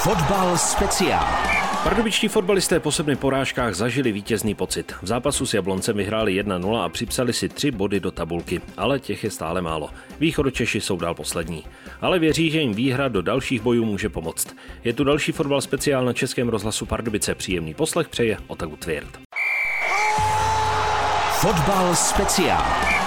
Fotbal speciál. Pardubičtí fotbalisté po 7 porážkách zažili vítězný pocit. V zápasu s Jabloncem vyhráli 1-0 a připsali si 3 body do tabulky, ale těch je stále málo. Východočeši jsou dál poslední. Ale věří, že jim výhra do dalších bojů může pomoct. Je tu další fotbal speciál na Českém rozhlasu Pardubice. Příjemný poslech přeje Otaku Tvěrt. Fotbal speciál.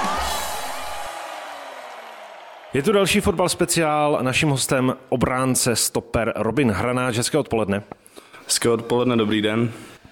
Je tu další fotbal speciál a naším hostem obránce stoper Robin Hranáč. Hezké odpoledne. Hezké odpoledne, dobrý den.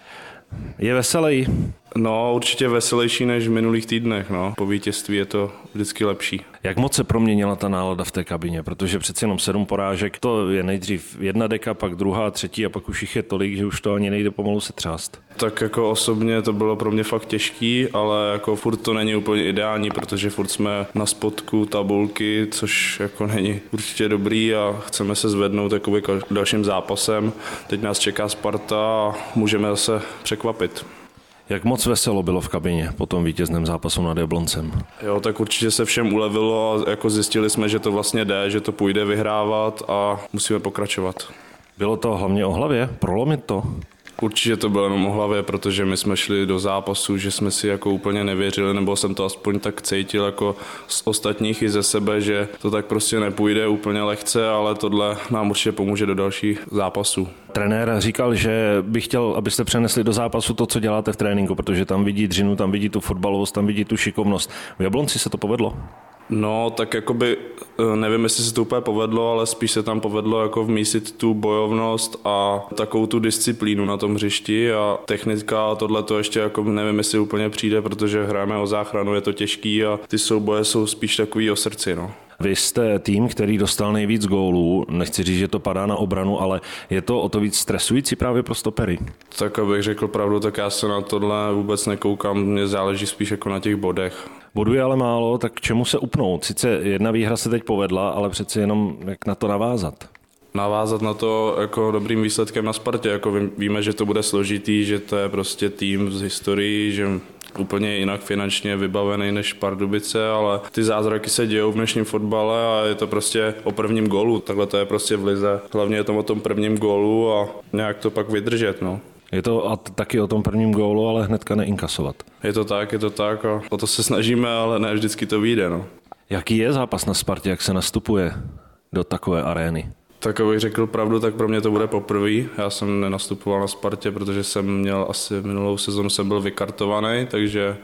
Je veselý? No, určitě veselější než v minulých týdnech, no. Po vítězství je to vždycky lepší. Jak moc se proměnila ta nálada v té kabině? Protože přeci jenom 7 porážek, to je nejdřív jedna deka, pak druhá, třetí a pak už jich je tolik, že už to ani nejde pomalu se třást. Tak jako osobně to bylo pro mě fakt těžký, ale jako furt to není úplně ideální, protože furt jsme na spodku tabulky, což jako není určitě dobrý a chceme se zvednout jakoby dalším zápasem. Teď nás čeká Sparta a můžeme zase překvapit. Jak moc veselo bylo v kabině po tom vítězném zápasu nad Jabloncem? Jo, tak určitě se všem ulevilo a jako zjistili jsme, že to vlastně jde, že to půjde vyhrávat a musíme pokračovat. Bylo to hlavně o hlavě? Prolomit to? Určitě to bylo jenom o hlavě, protože my jsme šli do zápasu, že jsme si jako úplně nevěřili, nebo jsem to aspoň tak cítil jako z ostatních i ze sebe, že to tak prostě nepůjde úplně lehce, ale tohle nám určitě pomůže do dalších zápasů. Trenér říkal, že by chtěl, abyste přenesli do zápasu to, co děláte v tréninku, protože tam vidí dřinu, tam vidí tu fotbalovost, tam vidí tu šikovnost. V Jablonci se to povedlo? No, tak jakoby, nevím, jestli se to úplně povedlo, ale spíš se tam povedlo jako vmísit tu bojovnost a takovou tu disciplínu na tom hřišti a technická a tohle to ještě jako nevím, jestli úplně přijde, protože hrajeme o záchranu, je to těžký a ty souboje jsou spíš takový o srdci, no. Vy jste tým, který dostal nejvíc gólů, nechci říct, že to padá na obranu, ale je to o to víc stresující právě pro stopery? Tak abych řekl pravdu, tak já se na tohle vůbec nekoukám, mně záleží spíš jako na těch bodech. Bodů je ale málo, tak k čemu se upnout? Sice jedna výhra se teď povedla, ale přeci jenom jak na to navázat? Navázat na to jako dobrým výsledkem na Spartě, jako víme, že to bude složitý, že to je prostě tým z historií, že úplně jinak finančně vybavený než Pardubice, ale ty zázraky se dějou v dnešním fotbale a je to prostě o prvním gólu, takhle to je prostě v lize. Hlavně je to o tom prvním gólu a nějak to pak vydržet, no. Je to taky o tom prvním gólu, ale hnedka neinkasovat. Je to tak a o to se snažíme, ale ne vždycky to vyjde, no. Jaký je zápas na Spartě, jak se nastupuje do takové arény? Tak abych řekl pravdu, tak pro mě to bude poprvé. Já jsem nenastupoval na Spartě, protože jsem měl asi minulou sezonu jsem byl vykartovaný, takže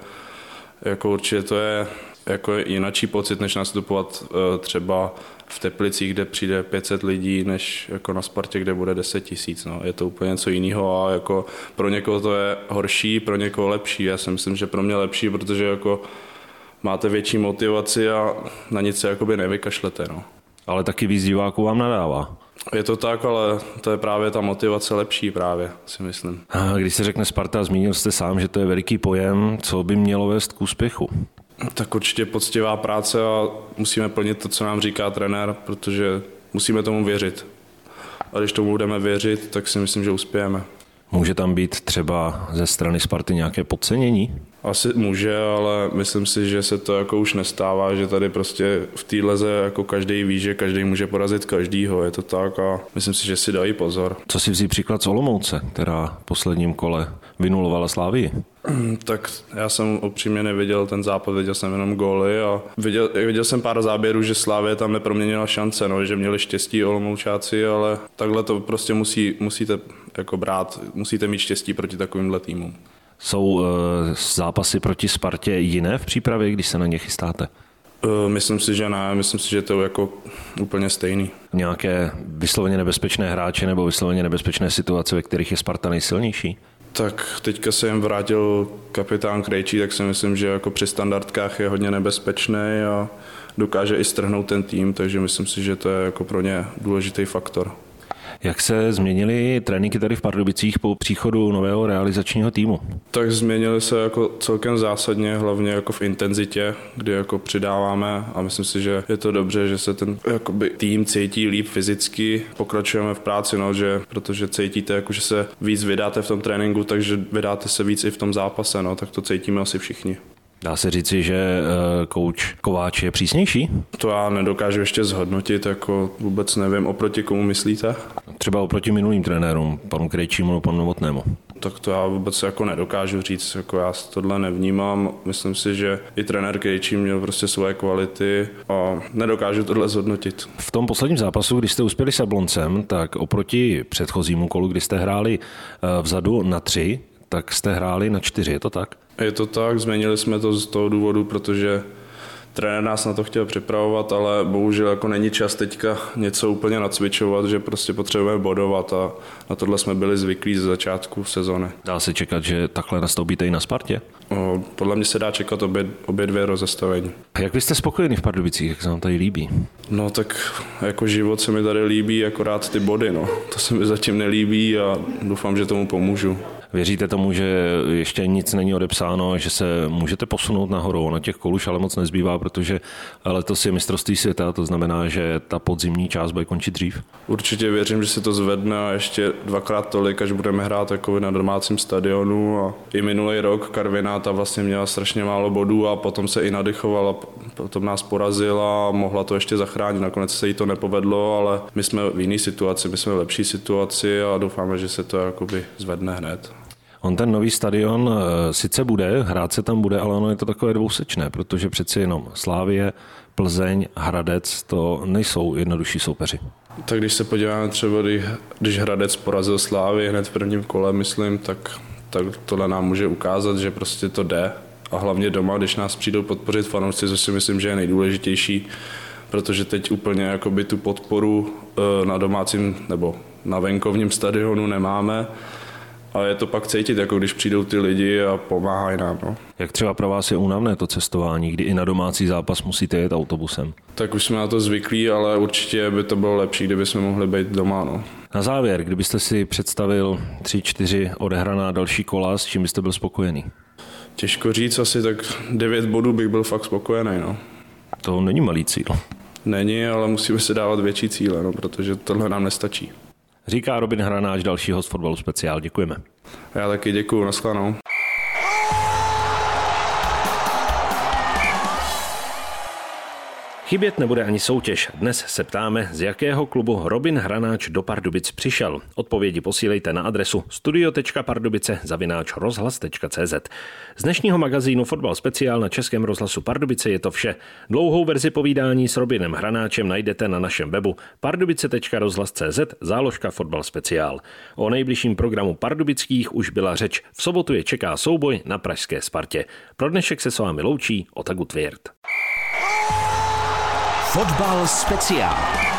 jako určitě to je jako jinačí pocit, než nastupovat třeba v Teplicích, kde přijde 500 lidí, než jako na Spartě, kde bude 10 000. No. Je to úplně něco jiného a jako pro někoho to je horší, pro někoho lepší. Já si myslím, že pro mě lepší, protože jako máte větší motivaci a na nic se jakoby nevykašlete. No. Ale taky víc diváků vám nadává. Je to tak, ale to je právě ta motivace lepší právě, si myslím. A když se řekne Sparta, zmínil jste sám, že to je veliký pojem, co by mělo vést k úspěchu? Tak určitě poctivá práce a musíme plnit to, co nám říká trenér, protože musíme tomu věřit. A když tomu budeme věřit, tak si myslím, že uspějeme. Může tam být třeba ze strany Sparty nějaké podcenění? Asi může, ale myslím si, že se to jako už nestává, že tady prostě v té lize jako každý ví, že každý může porazit každýho, je to tak a myslím si, že si dají pozor. Co si vzít příklad z Olomouce, která v posledním kole vynulovala Slavii? Tak já jsem upřímně neviděl ten zápas, viděl jsem jenom góly a viděl jsem pár záběrů, že Slavie tam neproměnila šance, no, že měli štěstí Olomoučáci, ale takhle to prostě musíte jako brát, musíte mít štěstí proti takovýmhle týmům. Jsou zápasy proti Spartě jiné v přípravě, když se na ně chystáte? Myslím si, že ne. Myslím si, že to je jako úplně stejný. Nějaké vysloveně nebezpečné hráče nebo vysloveně nebezpečné situace, ve kterých je Sparta nejsilnější? Tak teďka se jim vrátil kapitán Krejčí, tak si myslím, že jako při standardkách je hodně nebezpečný a dokáže i strhnout ten tým, takže myslím si, že to je jako pro ně důležitý faktor. Jak se změnily tréninky tady v Pardubicích po příchodu nového realizačního týmu? Tak změnily se jako celkem zásadně, hlavně jako v intenzitě, kdy jako přidáváme a myslím si, že je to dobře, že se ten jakoby tým cítí líp fyzicky. Pokračujeme v práci, no, protože cítíte, jako, že se víc vydáte v tom tréninku, takže vydáte se víc i v tom zápase, no, tak to cítíme asi všichni. Dá se říci, že kouč Kováč je přísnější? To já nedokážu ještě zhodnotit, jako vůbec nevím, oproti komu myslíte? Třeba oproti minulým trenérům, panu Krejčímu nebo panu Novotnému. Tak to já vůbec jako nedokážu říct, jako já tohle nevnímám. Myslím si, že i trenér Krejčí měl prostě svoje kvality a nedokážu tohle zhodnotit. V tom posledním zápasu, když jste uspěli s Jabloncem, tak oproti předchozímu kolu, kdy jste hráli vzadu na 3, tak jste hráli na 4, je to tak? Je to tak, změnili jsme to z toho důvodu, protože trenér nás na to chtěl připravovat, ale bohužel jako není čas teďka něco úplně nacvičovat, že prostě potřebujeme bodovat a na tohle jsme byli zvyklí z začátku sezony. Dá se čekat, že takhle nastoupíte i na Spartě? Podle mě se dá čekat obě dvě rozestavení. Jak vy jste spokojeni v Pardubicích, jak se vám tady líbí? No tak jako život se mi tady líbí, akorát ty body, no. To se mi zatím nelíbí a doufám, že tomu pomůžu. Věříte tomu, že ještě nic není odepsáno, že se můžete posunout nahoru? Na těch kol už ale moc nezbývá, protože letos je mistrovství světa, to znamená, že ta podzimní část bude končit dřív. Určitě věřím, že se to zvedne a ještě 2x tolik, až budeme hrát jako na domácím stadionu. A i minulý rok Karviná ta vlastně měla strašně málo bodů a potom se i nadychovala, potom nás porazila a mohla to ještě zachránit. Nakonec se jí to nepovedlo, ale my jsme v jiné situaci, my jsme v lepší situaci a doufáme, že se to jakoby zvedne hned. On ten nový stadion sice bude, hrát se tam bude, ale ono je to takové dvousečné, protože přeci jenom Slavie, Plzeň, Hradec, to nejsou jednodušší soupeři. Tak když se podíváme třeba, když Hradec porazil Slavii hned v prvním kole, myslím, tak tohle nám může ukázat, že prostě to jde. A hlavně doma, když nás přijdou podpořit fanoušci, což si myslím, že je nejdůležitější, protože teď úplně jakoby tu podporu na domácím nebo na venkovním stadionu nemáme. A je to pak cítit, jako když přijdou ty lidi a pomáhají nám. No. Jak třeba pro vás je únavné to cestování, kdy i na domácí zápas musíte jet autobusem? Tak už jsme na to zvyklí, ale určitě by to bylo lepší, kdyby jsme mohli být doma. No. Na závěr, kdybyste si představil 3-4 odehraná další kola, s čím byste byl spokojený? Těžko říct, asi tak 9 bodů bych byl fakt spokojený. No. To není malý cíl. Není, ale musíme si dávat větší cíle, no, protože tohle nám nestačí. Říká Robin Hranáč, další host Fotbalu Speciál. Děkujeme. Já taky děkuju, nashledanou. Chybět nebude ani soutěž. Dnes se ptáme, z jakého klubu Robin Hranáč do Pardubic přišel. Odpovědi posílejte na adresu studio.pardubice@rozhlas.cz. Z dnešního magazínu Fotbal Speciál na Českém rozhlasu Pardubice je to vše. Dlouhou verzi povídání s Robinem Hranáčem najdete na našem webu pardubice.rozhlas.cz /Fotbal Speciál. O nejbližším programu pardubických už byla řeč. V sobotu je čeká souboj na pražské Spartě. Pro dnešek se s vámi loučí Ota Gutwirth. Fotbal Speciál.